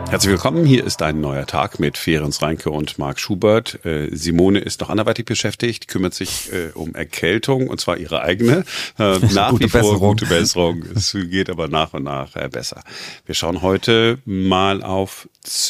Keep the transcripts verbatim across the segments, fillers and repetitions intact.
Herzlich willkommen, hier ist ein neuer Tag mit Ferenc Reinke und Marc Schubert. Äh, Simone ist noch anderweitig beschäftigt, kümmert sich äh, um Erkältung, und zwar ihre eigene. Äh, nach gute wie vor Besserung. gute Besserung. Es geht aber nach und nach äh, besser. Wir schauen heute mal auf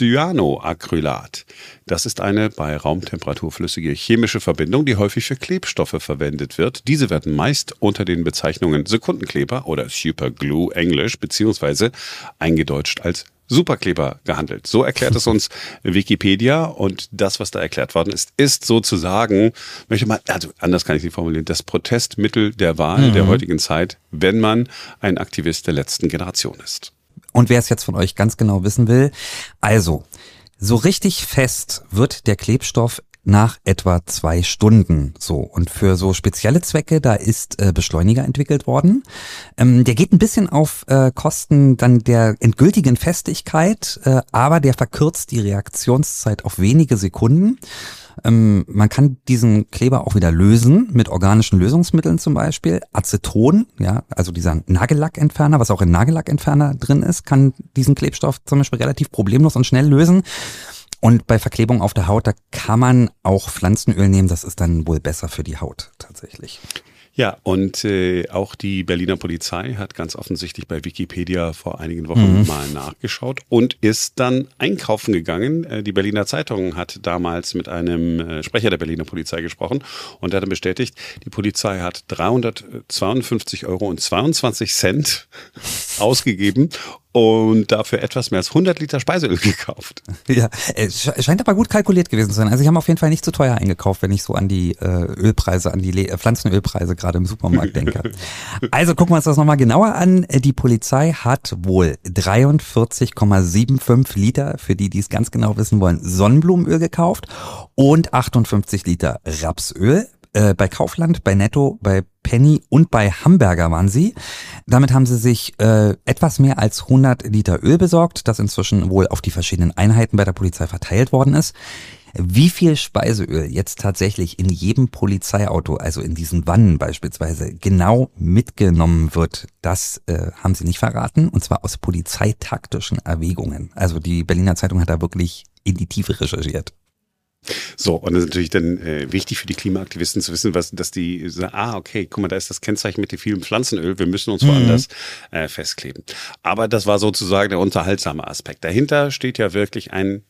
Cyanoacrylat. Das ist eine bei Raumtemperatur flüssige chemische Verbindung, die häufig für Klebstoffe verwendet wird. Diese werden meist unter den Bezeichnungen Sekundenkleber oder Superglue Englisch beziehungsweise eingedeutscht als Superkleber gehandelt. So erklärt es uns Wikipedia, und das, was da erklärt worden ist, ist sozusagen, möchte mal, also anders kann ich nicht formulieren, das Protestmittel der Wahl mhm. der heutigen Zeit, wenn man ein Aktivist der letzten Generation ist. Und wer es jetzt von euch ganz genau wissen will, also, so richtig fest wird der Klebstoff nach etwa zwei Stunden. So, und für so spezielle Zwecke, da ist äh, Beschleuniger entwickelt worden. Ähm, der geht ein bisschen auf äh, Kosten dann der endgültigen Festigkeit, äh, aber der verkürzt die Reaktionszeit auf wenige Sekunden. Ähm, man kann diesen Kleber auch wieder lösen mit organischen Lösungsmitteln, zum Beispiel Aceton, ja, also dieser Nagellackentferner, was auch in Nagellackentferner drin ist, kann diesen Klebstoff zum Beispiel relativ problemlos und schnell lösen. Und bei Verklebung auf der Haut, da kann man auch Pflanzenöl nehmen, das ist dann wohl besser für die Haut tatsächlich. Ja, und äh, auch die Berliner Polizei hat ganz offensichtlich bei Wikipedia vor einigen Wochen mhm. mal nachgeschaut und ist dann einkaufen gegangen. Äh, die Berliner Zeitung hat damals mit einem äh, Sprecher der Berliner Polizei gesprochen und der hat dann bestätigt, die Polizei hat dreihundertzweiundfünfzig Euro und zweiundzwanzig Cent ausgegeben und dafür etwas mehr als hundert Liter Speiseöl gekauft. Ja, es scheint aber gut kalkuliert gewesen zu sein. Also ich habe auf jeden Fall nicht zu teuer eingekauft, wenn ich so an die äh, Ölpreise, an die Le- Pflanzenölpreise gerade im Supermarkt denke. Also gucken wir uns das nochmal genauer an. Die Polizei hat wohl dreiundvierzig Komma fünfundsiebzig Liter, für die, die es ganz genau wissen wollen, Sonnenblumenöl gekauft und achtundfünfzig Liter Rapsöl. Äh, bei Kaufland, bei Netto, bei Penny und bei Hamburger waren sie. Damit haben sie sich äh, etwas mehr als hundert Liter Öl besorgt, das inzwischen wohl auf die verschiedenen Einheiten bei der Polizei verteilt worden ist. Wie viel Speiseöl jetzt tatsächlich in jedem Polizeiauto, also in diesen Wannen beispielsweise, genau mitgenommen wird, das äh, haben sie nicht verraten, und zwar aus polizeitaktischen Erwägungen. Also die Berliner Zeitung hat da wirklich in die Tiefe recherchiert. So, und das ist natürlich dann äh, wichtig für die Klimaaktivisten zu wissen, was, dass die sagen, ah, okay, guck mal, da ist das Kennzeichen mit dem vielen Pflanzenöl, wir müssen uns woanders mhm. äh, festkleben. Aber das war sozusagen der unterhaltsame Aspekt. Dahinter steht ja wirklich ein,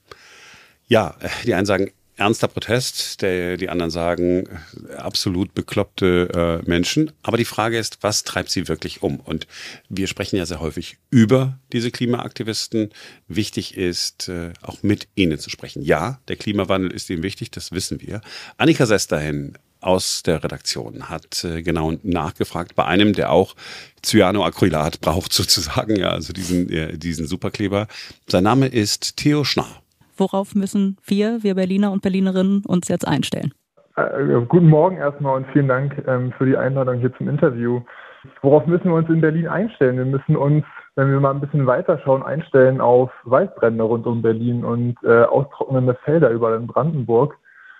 ja, die einen sagen, ernster Protest, der, die anderen sagen, absolut bekloppte äh, Menschen. Aber die Frage ist, was treibt sie wirklich um? Und wir sprechen ja sehr häufig über diese Klimaaktivisten. Wichtig ist, äh, auch mit ihnen zu sprechen. Ja, der Klimawandel ist ihnen wichtig, das wissen wir. Annika Sesterhin aus der Redaktion hat äh, genau nachgefragt bei einem, der auch Cyanoacrylat braucht sozusagen, ja, also diesen, äh, diesen Superkleber. Sein Name ist Theo Schnarr. Worauf müssen wir, wir Berliner und Berlinerinnen, uns jetzt einstellen? Äh, guten Morgen erstmal und vielen Dank ähm, für die Einladung hier zum Interview. Worauf müssen wir uns in Berlin einstellen? Wir müssen uns, wenn wir mal ein bisschen weiterschauen, einstellen auf Waldbrände rund um Berlin und äh, austrocknende Felder überall in Brandenburg.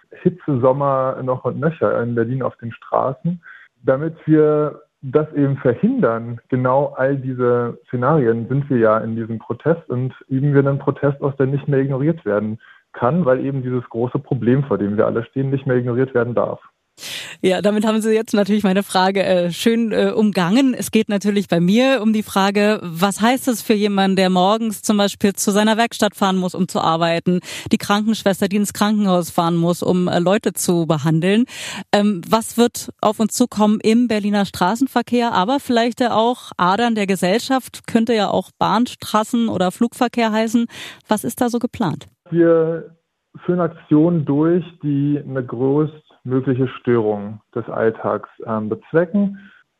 Hitzesommer noch und nöcher in Berlin auf den Straßen. Damit wir das eben verhindern, genau all diese Szenarien, sind wir ja in diesem Protest und üben wir einen Protest aus, der nicht mehr ignoriert werden kann, weil eben dieses große Problem, vor dem wir alle stehen, nicht mehr ignoriert werden darf. Ja, damit haben Sie jetzt natürlich meine Frage äh, schön äh, umgangen. Es geht natürlich bei mir um die Frage, was heißt es für jemanden, der morgens zum Beispiel zu seiner Werkstatt fahren muss, um zu arbeiten, die Krankenschwester, die ins Krankenhaus fahren muss, um äh, Leute zu behandeln. Ähm, was wird auf uns zukommen im Berliner Straßenverkehr, aber vielleicht auch Adern der Gesellschaft, könnte ja auch Bahnstraßen oder Flugverkehr heißen. Was ist da so geplant? Wir führen Aktionen durch, die eine größtmögliche Störung des Alltags ähm, bezwecken.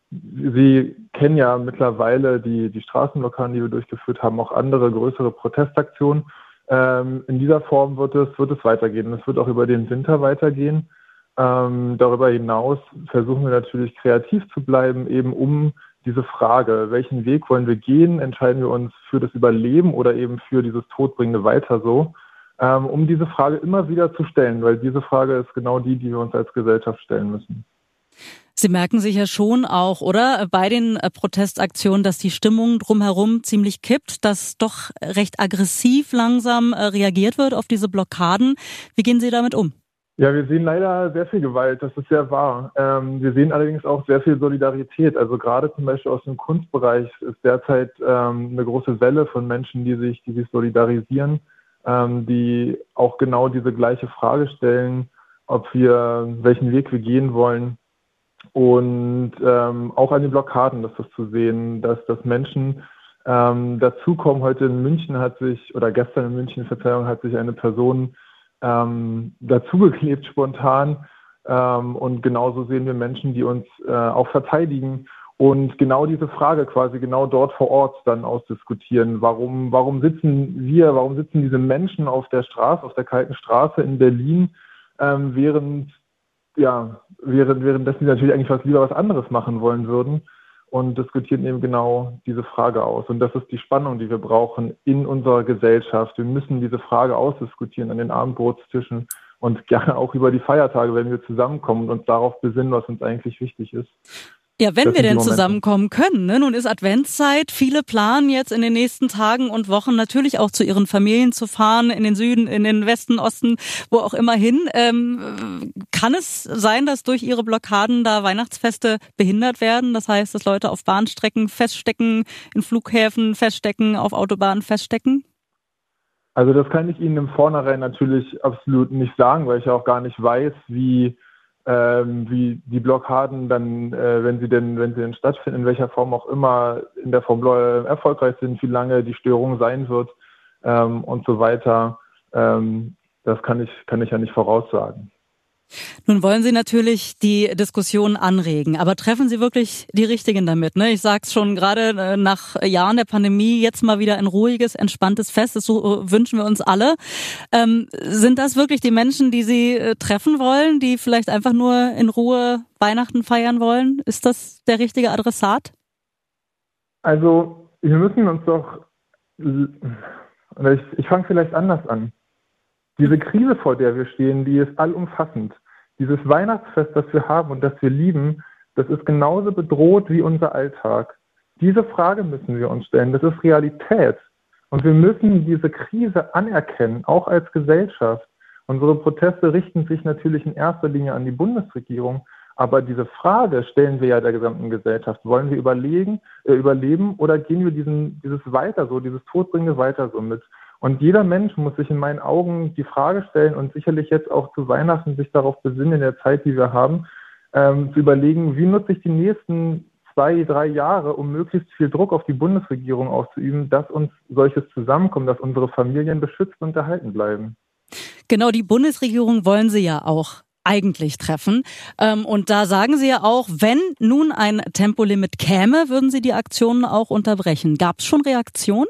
Sie kennen ja mittlerweile die, die Straßenblockaden, die wir durchgeführt haben, auch andere größere Protestaktionen. Ähm, in dieser Form wird es, wird es weitergehen. Es wird auch über den Winter weitergehen. Ähm, darüber hinaus versuchen wir natürlich kreativ zu bleiben, eben um diese Frage, welchen Weg wollen wir gehen, entscheiden wir uns für das Überleben oder eben für dieses todbringende Weiter so, ähm, um diese Frage immer wieder zu stellen, weil diese Frage ist genau die, die wir uns als Gesellschaft stellen müssen. Sie merken sich ja schon auch, oder, bei den Protestaktionen, dass die Stimmung drumherum ziemlich kippt, dass doch recht aggressiv langsam reagiert wird auf diese Blockaden. Wie gehen Sie damit um? Ja, wir sehen leider sehr viel Gewalt, das ist sehr wahr. Ähm, wir sehen allerdings auch sehr viel Solidarität. Also gerade zum Beispiel aus dem Kunstbereich ist derzeit ähm, eine große Welle von Menschen, die sich, die sich solidarisieren, ähm, die auch genau diese gleiche Frage stellen, ob wir, welchen Weg wir gehen wollen. Und ähm, auch an den Blockaden ist das zu sehen, dass, dass Menschen ähm, dazukommen. Heute in München hat sich, oder gestern in München, Verzeihung, hat sich eine Person ähm, dazugeklebt spontan. Ähm, und genauso sehen wir Menschen, die uns äh, auch verteidigen und genau diese Frage quasi genau dort vor Ort dann ausdiskutieren. Warum, warum sitzen wir, warum sitzen diese Menschen auf der Straße, auf der kalten Straße in Berlin, ähm, während Ja, während, währenddessen sie natürlich eigentlich was lieber was anderes machen wollen würden und diskutieren eben genau diese Frage aus. Und das ist die Spannung, die wir brauchen in unserer Gesellschaft. Wir müssen diese Frage ausdiskutieren an den Abendbrotstischen und gerne auch über die Feiertage, wenn wir zusammenkommen und uns darauf besinnen, was uns eigentlich wichtig ist. Ja, wenn wir denn zusammenkommen können. Ne? Nun ist Adventszeit. Viele planen jetzt in den nächsten Tagen und Wochen natürlich auch zu ihren Familien zu fahren, in den Süden, in den Westen, Osten, wo auch immer hin. Ähm, kann es sein, dass durch ihre Blockaden da Weihnachtsfeste behindert werden? Das heißt, dass Leute auf Bahnstrecken feststecken, in Flughäfen feststecken, auf Autobahnen feststecken? Also das kann ich Ihnen im Vornherein natürlich absolut nicht sagen, weil ich auch gar nicht weiß, wie Ähm, wie die Blockaden dann, äh, wenn sie denn, wenn sie denn stattfinden, in welcher Form auch immer, in der Form äh, erfolgreich sind, wie lange die Störung sein wird ähm, und so weiter. Ähm, das kann ich, kann ich ja nicht voraussagen. Nun wollen Sie natürlich die Diskussion anregen, aber treffen Sie wirklich die Richtigen damit? Ne? Ich sag's schon, gerade nach Jahren der Pandemie jetzt mal wieder ein ruhiges, entspanntes Fest, das so wünschen wir uns alle. Ähm, sind das wirklich die Menschen, die Sie äh, treffen wollen, die vielleicht einfach nur in Ruhe Weihnachten feiern wollen? Ist das der richtige Adressat? Also wir müssen uns doch, ich, ich fange vielleicht anders an. Diese Krise, vor der wir stehen, die ist allumfassend. Dieses Weihnachtsfest, das wir haben und das wir lieben, das ist genauso bedroht wie unser Alltag. Diese Frage müssen wir uns stellen. Das ist Realität. Und wir müssen diese Krise anerkennen, auch als Gesellschaft. Unsere Proteste richten sich natürlich in erster Linie an die Bundesregierung. Aber diese Frage stellen wir ja der gesamten Gesellschaft. Wollen wir überlegen, äh, überleben oder gehen wir diesen, dieses weiter so, dieses Todbringende weiter so mit? Und jeder Mensch muss sich in meinen Augen die Frage stellen und sicherlich jetzt auch zu Weihnachten sich darauf besinnen, in der Zeit, die wir haben, ähm, zu überlegen, wie nutze ich die nächsten zwei, drei Jahre, um möglichst viel Druck auf die Bundesregierung auszuüben, dass uns solches zusammenkommt, dass unsere Familien beschützt und erhalten bleiben. Genau, die Bundesregierung wollen Sie ja auch eigentlich treffen. Und da sagen Sie ja auch, wenn nun ein Tempolimit käme, würden Sie die Aktionen auch unterbrechen. Gab es schon Reaktionen?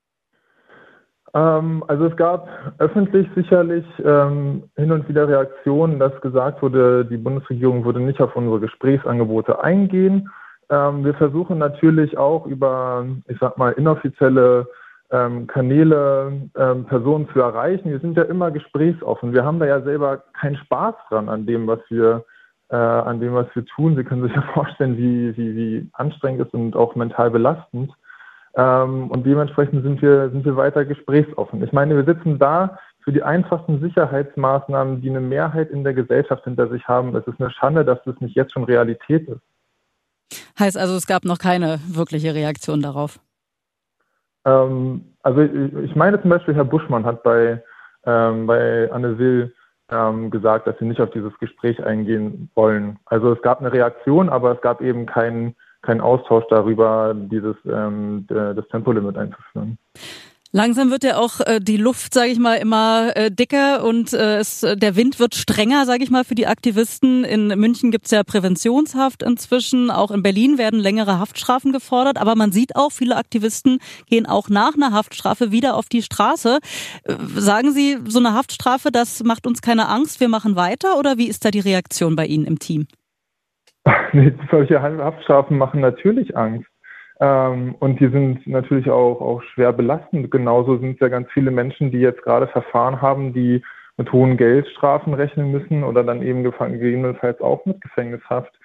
Also es gab öffentlich sicherlich ähm, hin und wieder Reaktionen, dass gesagt wurde, die Bundesregierung würde nicht auf unsere Gesprächsangebote eingehen. Ähm, wir versuchen natürlich auch über, ich sag mal, inoffizielle ähm, Kanäle ähm, Personen zu erreichen. Wir sind ja immer gesprächsoffen. Wir haben da ja selber keinen Spaß dran an dem, was wir äh, an dem, was wir tun. Sie können sich ja vorstellen, wie, wie, wie anstrengend es ist und auch mental belastend. Und dementsprechend sind wir, sind wir weiter gesprächsoffen. Ich meine, wir sitzen da für die einfachsten Sicherheitsmaßnahmen, die eine Mehrheit in der Gesellschaft hinter sich haben. Es ist eine Schande, dass das nicht jetzt schon Realität ist. Heißt also, es gab noch keine wirkliche Reaktion darauf? Ähm, also ich, ich meine zum Beispiel, Herr Buschmann hat bei, ähm, bei Anne Will ähm, gesagt, dass sie nicht auf dieses Gespräch eingehen wollen. Also es gab eine Reaktion, aber es gab eben keinen kein Austausch darüber, dieses ähm, das Tempolimit einzuführen. Langsam wird ja auch äh, die Luft, sage ich mal, immer äh, dicker und äh, es, der Wind wird strenger, sage ich mal, für die Aktivisten. In München gibt's ja Präventionshaft inzwischen. Auch in Berlin werden längere Haftstrafen gefordert. Aber man sieht auch, viele Aktivisten gehen auch nach einer Haftstrafe wieder auf die Straße. Äh, sagen Sie, so eine Haftstrafe, das macht uns keine Angst, wir machen weiter? Oder wie ist da die Reaktion bei Ihnen im Team? Nee, solche Haftstrafen machen natürlich Angst. Ähm, und die sind natürlich auch, auch schwer belastend. Genauso sind es ja ganz viele Menschen, die jetzt gerade Verfahren haben, die mit hohen Geldstrafen rechnen müssen oder dann eben gefangen, gegebenenfalls auch mit Gefängnishaft.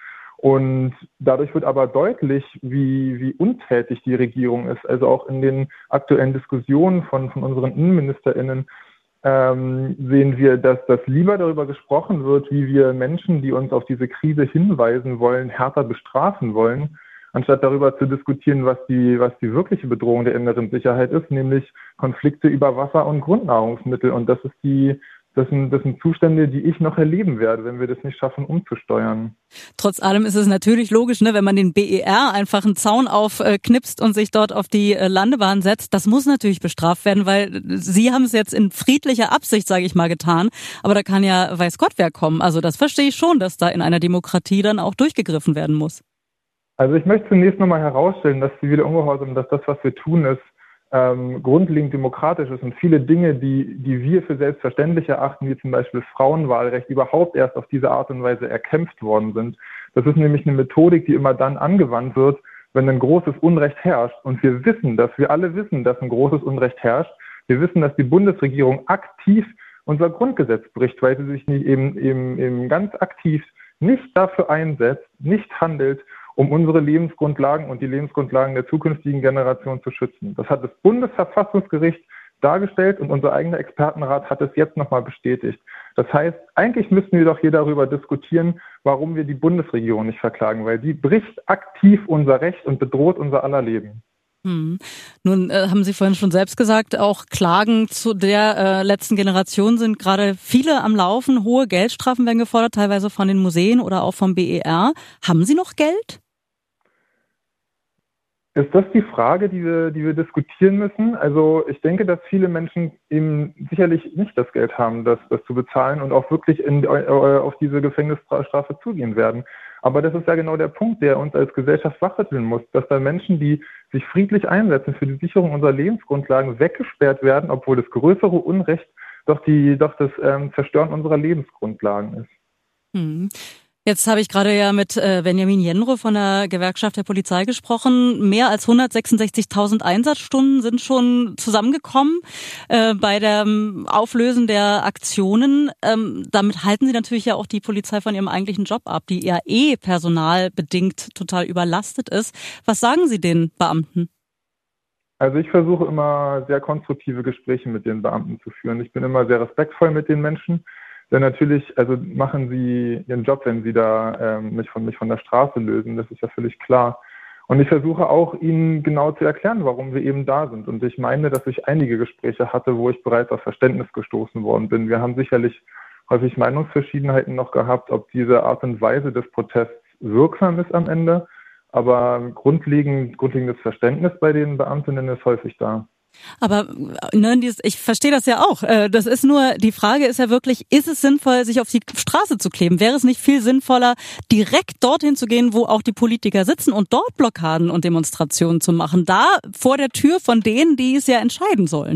Und dadurch wird aber deutlich, wie, wie untätig die Regierung ist. Also auch in den aktuellen Diskussionen von, von unseren InnenministerInnen ähm, sehen wir, dass, dass lieber darüber gesprochen wird, wie wir Menschen, die uns auf diese Krise hinweisen wollen, härter bestrafen wollen, anstatt darüber zu diskutieren, was die, was die wirkliche Bedrohung der inneren Sicherheit ist, nämlich Konflikte über Wasser und Grundnahrungsmittel. Und das ist die, das sind, das sind Zustände, die ich noch erleben werde, wenn wir das nicht schaffen, umzusteuern. Trotz allem ist es natürlich logisch, ne, wenn man den B E R einfach einen Zaun aufknipst und sich dort auf die Landebahn setzt, das muss natürlich bestraft werden, weil Sie haben es jetzt in friedlicher Absicht, sage ich mal, getan. Aber da kann ja weiß Gott wer kommen. Also das verstehe ich schon, dass da in einer Demokratie dann auch durchgegriffen werden muss. Also ich möchte zunächst nochmal herausstellen, dass zivile Ungehorsam, dass das, was wir tun, ist, ähm, grundlegend demokratisch ist und viele Dinge, die, die wir für selbstverständlich erachten, wie zum Beispiel Frauenwahlrecht, überhaupt erst auf diese Art und Weise erkämpft worden sind. Das ist nämlich eine Methodik, die immer dann angewandt wird, wenn ein großes Unrecht herrscht. Und wir wissen, dass wir alle wissen, dass ein großes Unrecht herrscht. Wir wissen, dass die Bundesregierung aktiv unser Grundgesetz bricht, weil sie sich nicht eben, eben, eben ganz aktiv nicht dafür einsetzt, nicht handelt, um unsere Lebensgrundlagen und die Lebensgrundlagen der zukünftigen Generation zu schützen. Das hat das Bundesverfassungsgericht dargestellt und unser eigener Expertenrat hat es jetzt nochmal bestätigt. Das heißt, eigentlich müssten wir doch hier darüber diskutieren, warum wir die Bundesregierung nicht verklagen, weil die bricht aktiv unser Recht und bedroht unser aller Leben. Hm. Nun äh, haben Sie vorhin schon selbst gesagt, auch Klagen zu der äh, letzten Generation sind gerade viele am Laufen. Hohe Geldstrafen werden gefordert, teilweise von den Museen oder auch vom B E R. Haben Sie noch Geld? Ist das die Frage, die wir, die wir diskutieren müssen? Also ich denke, dass viele Menschen eben sicherlich nicht das Geld haben, das, das zu bezahlen und auch wirklich in, auf diese Gefängnisstrafe zugehen werden. Aber das ist ja genau der Punkt, der uns als Gesellschaft wachrütteln muss, dass da Menschen, die sich friedlich einsetzen für die Sicherung unserer Lebensgrundlagen, weggesperrt werden, obwohl das größere Unrecht doch, die, doch das ähm, Zerstören unserer Lebensgrundlagen ist. Hm. Jetzt habe ich gerade ja mit äh, Benjamin Jenrow von der Gewerkschaft der Polizei gesprochen. Mehr als hundertsechsundsechzigtausend Einsatzstunden sind schon zusammengekommen äh, bei dem Auflösen der Aktionen. Ähm, damit halten Sie natürlich ja auch die Polizei von ihrem eigentlichen Job ab, die ja eh personalbedingt total überlastet ist. Was sagen Sie den Beamten? Also ich versuche immer sehr konstruktive Gespräche mit den Beamten zu führen. Ich bin immer sehr respektvoll mit den Menschen. Denn natürlich, also machen sie ihren Job, wenn sie da ähm, mich, von, mich von der Straße lösen, das ist ja völlig klar. Und ich versuche auch, ihnen genau zu erklären, warum wir eben da sind. Und ich meine, dass ich einige Gespräche hatte, wo ich bereits auf Verständnis gestoßen worden bin. Wir haben sicherlich häufig Meinungsverschiedenheiten noch gehabt, ob diese Art und Weise des Protests wirksam ist am Ende. Aber grundlegend, grundlegendes Verständnis bei den Beamtinnen ist häufig da. Aber ne, ich verstehe das ja auch. Das ist nur, die Frage ist ja wirklich, ist es sinnvoll, sich auf die Straße zu kleben? Wäre es nicht viel sinnvoller, direkt dorthin zu gehen, wo auch die Politiker sitzen und dort Blockaden und Demonstrationen zu machen? Da vor der Tür von denen, die es ja entscheiden sollen.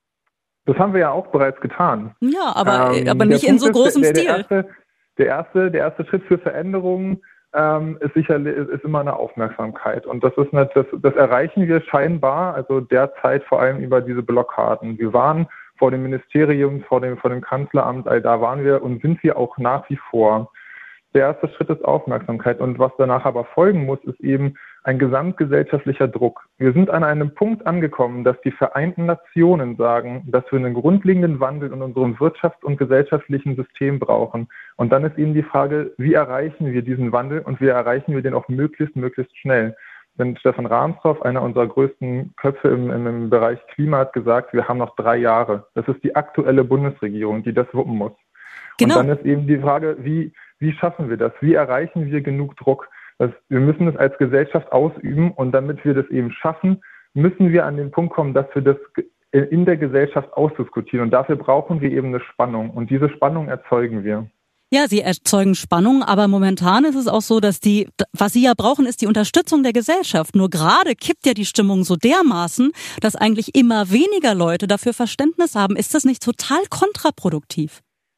Das haben wir ja auch bereits getan. Ja, aber, ähm, aber nicht in so großem ist, der, Stil. Der erste, der, erste, der erste Schritt für Veränderungen ähm, ist sicherlich ist immer eine Aufmerksamkeit. Und das ist nicht, das, das erreichen wir scheinbar, also derzeit vor allem über diese Blockaden. Wir waren vor dem Ministerium, vor dem, vor dem Kanzleramt, all da waren wir und sind wir auch nach wie vor. Der erste Schritt ist Aufmerksamkeit. Und was danach aber folgen muss, ist eben ein gesamtgesellschaftlicher Druck. Wir sind an einem Punkt angekommen, dass die Vereinten Nationen sagen, dass wir einen grundlegenden Wandel in unserem wirtschafts- und gesellschaftlichen System brauchen. Und dann ist eben die Frage, wie erreichen wir diesen Wandel und wie erreichen wir den auch möglichst, möglichst schnell. Denn Stefan Rahmstorff, einer unserer größten Köpfe im, im Bereich Klima, hat gesagt, wir haben noch drei Jahre. Das ist die aktuelle Bundesregierung, die das wuppen muss. Genau. Und dann ist eben die Frage, wie, wie schaffen wir das? Wie erreichen wir genug Druck? Das, wir müssen es als Gesellschaft ausüben und damit wir das eben schaffen, müssen wir an den Punkt kommen, dass wir das in der Gesellschaft ausdiskutieren. Und dafür brauchen wir eben eine Spannung. Und diese Spannung erzeugen wir. Ja, sie erzeugen Spannung, aber momentan ist es auch so, dass die, was sie ja brauchen, ist die Unterstützung der Gesellschaft. Nur gerade kippt ja die Stimmung so dermaßen, dass eigentlich immer weniger Leute dafür Verständnis haben. Ist das nicht total kontraproduktiv?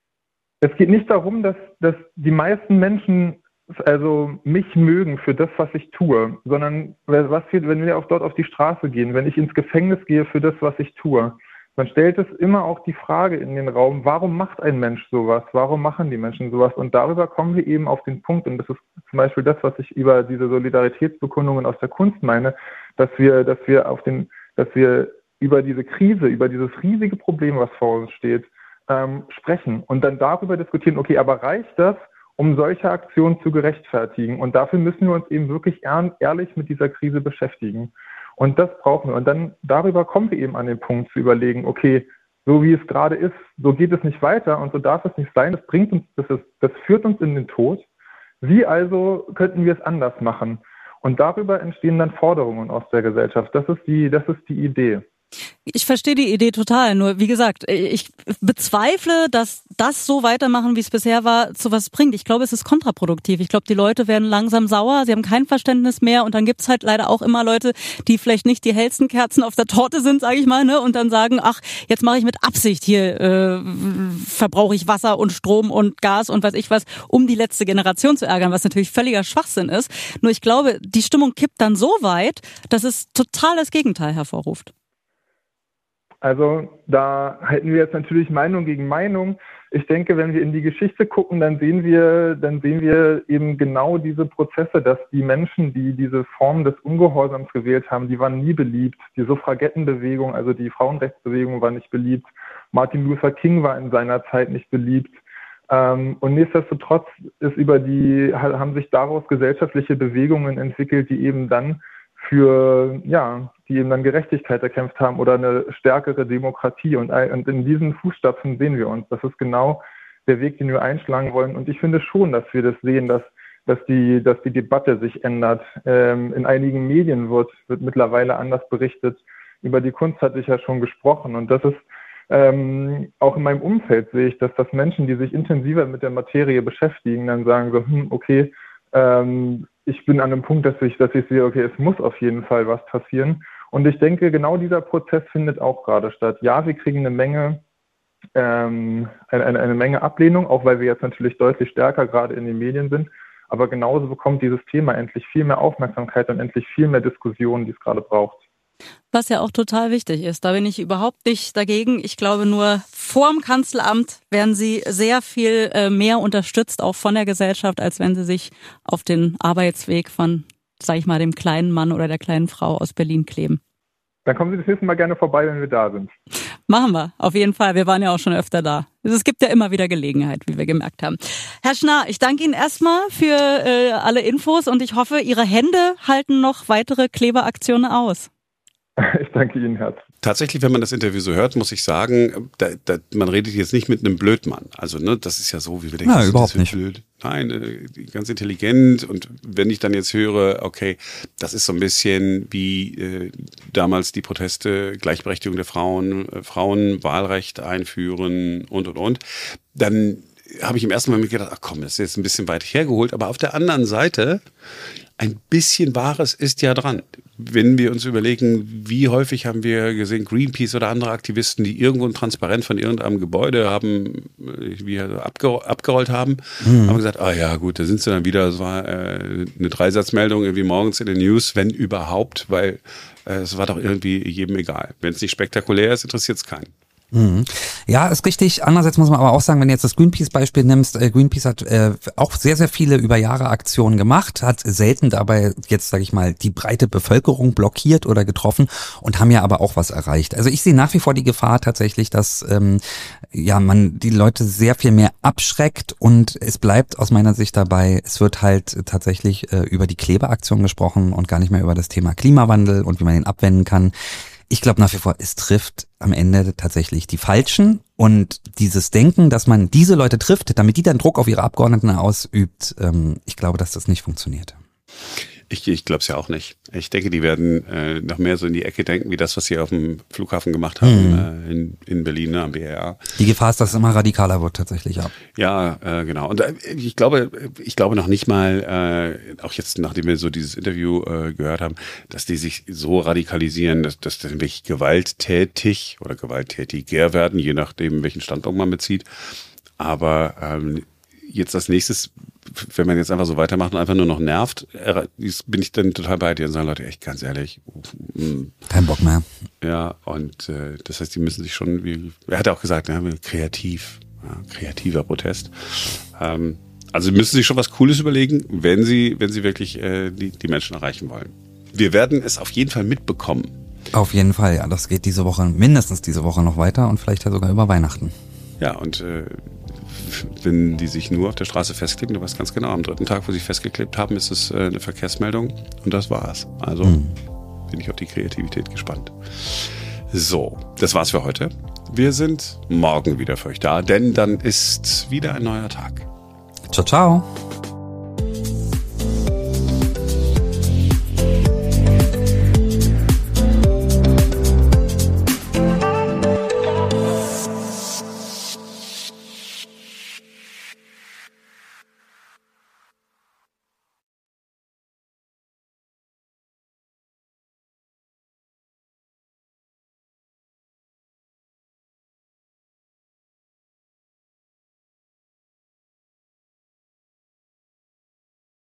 Es geht nicht darum, dass, dass die meisten Menschen also mich mögen für das, was ich tue, sondern was wir, wenn wir auch dort auf die Straße gehen, wenn ich ins Gefängnis gehe für das, was ich tue, man stellt es immer auch die Frage in den Raum, warum macht ein Mensch sowas? Warum machen die Menschen sowas? Und darüber kommen wir eben auf den Punkt, und das ist zum Beispiel das, was ich über diese Solidaritätsbekundungen aus der Kunst meine, dass wir, dass wir auf den, dass wir über diese Krise, über dieses riesige Problem, was vor uns steht, ähm, sprechen und dann darüber diskutieren, okay, aber reicht das, um solche Aktionen zu gerechtfertigen? Und dafür müssen wir uns eben wirklich ehrlich mit dieser Krise beschäftigen. Und das brauchen wir. Und dann darüber kommen wir eben an den Punkt zu überlegen, okay, so wie es gerade ist, so geht es nicht weiter und so darf es nicht sein. Das bringt uns, das, ist, das führt uns in den Tod. Wie also könnten wir es anders machen? Und darüber entstehen dann Forderungen aus der Gesellschaft. Das ist die, das ist die Idee. Ich verstehe die Idee total, nur wie gesagt, ich bezweifle, dass das so weitermachen, wie es bisher war, zu was bringt. Ich glaube, es ist kontraproduktiv. Ich glaube, die Leute werden langsam sauer, sie haben kein Verständnis mehr und dann gibt's halt leider auch immer Leute, die vielleicht nicht die hellsten Kerzen auf der Torte sind, sage ich mal, ne, und dann sagen, ach, jetzt mache ich mit Absicht hier, äh, verbrauche ich Wasser und Strom und Gas und weiß ich was, um die letzte Generation zu ärgern, was natürlich völliger Schwachsinn ist. Nur ich glaube, die Stimmung kippt dann so weit, dass es total das Gegenteil hervorruft. Also da hätten wir jetzt natürlich Meinung gegen Meinung. Ich denke, wenn wir in die Geschichte gucken, dann sehen wir, dann sehen wir eben genau diese Prozesse, dass die Menschen, die diese Form des Ungehorsams gewählt haben, die waren nie beliebt. Die Suffragettenbewegung, also die Frauenrechtsbewegung, war nicht beliebt. Martin Luther King war in seiner Zeit nicht beliebt. Und nichtsdestotrotz ist über die, haben sich daraus gesellschaftliche Bewegungen entwickelt, die eben dann für, ja, die eben dann Gerechtigkeit erkämpft haben oder eine stärkere Demokratie. Und, und in diesen Fußstapfen sehen wir uns. Das ist genau der Weg, den wir einschlagen wollen. Und ich finde schon, dass wir das sehen, dass, dass, die, dass die Debatte sich ändert. Ähm, in einigen Medien wird, wird mittlerweile anders berichtet. Über die Kunst hatte ich ja schon gesprochen. Und das ist ähm, auch in meinem Umfeld sehe ich, dass das Menschen, die sich intensiver mit der Materie beschäftigen, dann sagen so, hm, okay, ähm, ich bin an einem Punkt, dass ich, dass ich sehe, okay, es muss auf jeden Fall was passieren. Und ich denke, genau dieser Prozess findet auch gerade statt. Ja, wir kriegen eine Menge, ähm, eine, eine Menge Ablehnung, auch weil wir jetzt natürlich deutlich stärker gerade in den Medien sind. Aber genauso bekommt dieses Thema endlich viel mehr Aufmerksamkeit und endlich viel mehr Diskussion, die es gerade braucht. Was ja auch total wichtig ist. Da bin ich überhaupt nicht dagegen. Ich glaube, nur vorm Kanzleramt werden sie sehr viel äh, mehr unterstützt, auch von der Gesellschaft, als wenn sie sich auf den Arbeitsweg von, sag ich mal, dem kleinen Mann oder der kleinen Frau aus Berlin kleben. Dann kommen Sie das nächste Mal gerne vorbei, wenn wir da sind. Machen wir, auf jeden Fall. Wir waren ja auch schon öfter da. Es gibt ja immer wieder Gelegenheit, wie wir gemerkt haben. Herr Schnarr, ich danke Ihnen erstmal für äh, alle Infos und ich hoffe, Ihre Hände halten noch weitere Kleberaktionen aus. Ich danke Ihnen herzlich. Tatsächlich, wenn man das Interview so hört, muss ich sagen, da, da, man redet jetzt nicht mit einem Blödmann. Also, ne, das ist ja so, wie wir denken, ja, das überhaupt ist nicht. blöd. Nein, äh, ganz intelligent. Und wenn ich dann jetzt höre, okay, das ist so ein bisschen wie äh, damals die Proteste, Gleichberechtigung der Frauen, äh, Frauenwahlrecht einführen und, und, und, dann habe ich im ersten Moment gedacht, ach komm, das ist jetzt ein bisschen weit hergeholt. Aber auf der anderen Seite, ein bisschen Wahres ist ja dran. Wenn wir uns überlegen, wie häufig haben wir gesehen, Greenpeace oder andere Aktivisten, die irgendwo ein Transparent von irgendeinem Gebäude haben, wie abge- abgerollt haben, mhm. haben gesagt, ah ja gut, da sind sie dann wieder, es war äh, eine Dreisatzmeldung irgendwie morgens in den News, wenn überhaupt, weil äh, es war doch irgendwie jedem egal. Wenn es nicht spektakulär ist, interessiert es keinen. Mhm. Ja, ist richtig. Andererseits muss man aber auch sagen, wenn du jetzt das Greenpeace-Beispiel nimmst, äh, Greenpeace hat äh, auch sehr, sehr viele über Jahre Aktionen gemacht, hat selten dabei jetzt, sage ich mal, die breite Bevölkerung blockiert oder getroffen und haben ja aber auch was erreicht. Also ich sehe nach wie vor die Gefahr tatsächlich, dass ähm, ja man die Leute sehr viel mehr abschreckt und es bleibt aus meiner Sicht dabei, es wird halt tatsächlich äh, über die Klebeaktion gesprochen und gar nicht mehr über das Thema Klimawandel und wie man ihn abwenden kann. Ich glaube nach wie vor, es trifft am Ende tatsächlich die Falschen und dieses Denken, dass man diese Leute trifft, damit die dann Druck auf ihre Abgeordneten ausübt, ähm, ich glaube, dass das nicht funktioniert. Ich, ich glaube es ja auch nicht. Ich denke, die werden äh, noch mehr so in die Ecke denken, wie das, was sie auf dem Flughafen gemacht haben mhm. äh, in, in Berlin, ne, am B R A. Die Gefahr ist, dass es immer radikaler wird tatsächlich, ja. Ja, äh, genau. Und äh, ich glaube, ich glaube noch nicht mal, äh, auch jetzt, nachdem wir so dieses Interview äh, gehört haben, dass die sich so radikalisieren, dass, dass die wirklich gewalttätig oder gewalttätiger werden, je nachdem, welchen Standpunkt man bezieht. Aber ähm, jetzt als nächstes, wenn man jetzt einfach so weitermacht und einfach nur noch nervt, bin ich dann total bei dir und sagen, Leute, echt ganz ehrlich. Kein Bock mehr. Ja, und äh, das heißt, die müssen sich schon, wie, er hat auch gesagt, ja, kreativ, ja, kreativer Protest. Ähm, also müssen sich schon was Cooles überlegen, wenn sie, wenn sie wirklich äh, die, die Menschen erreichen wollen. Wir werden es auf jeden Fall mitbekommen. Auf jeden Fall, ja. Das geht diese Woche, mindestens diese Woche noch weiter und vielleicht ja sogar über Weihnachten. Ja, und äh, wenn die sich nur auf der Straße festkleben, du weißt ganz genau, am dritten Tag, wo sie festgeklebt haben, ist es äh, eine Verkehrsmeldung und das war's. Also hm. bin ich auf die Kreativität gespannt. So, das war's für heute. Wir sind morgen wieder für euch da, denn dann ist wieder ein neuer Tag. Ciao, ciao.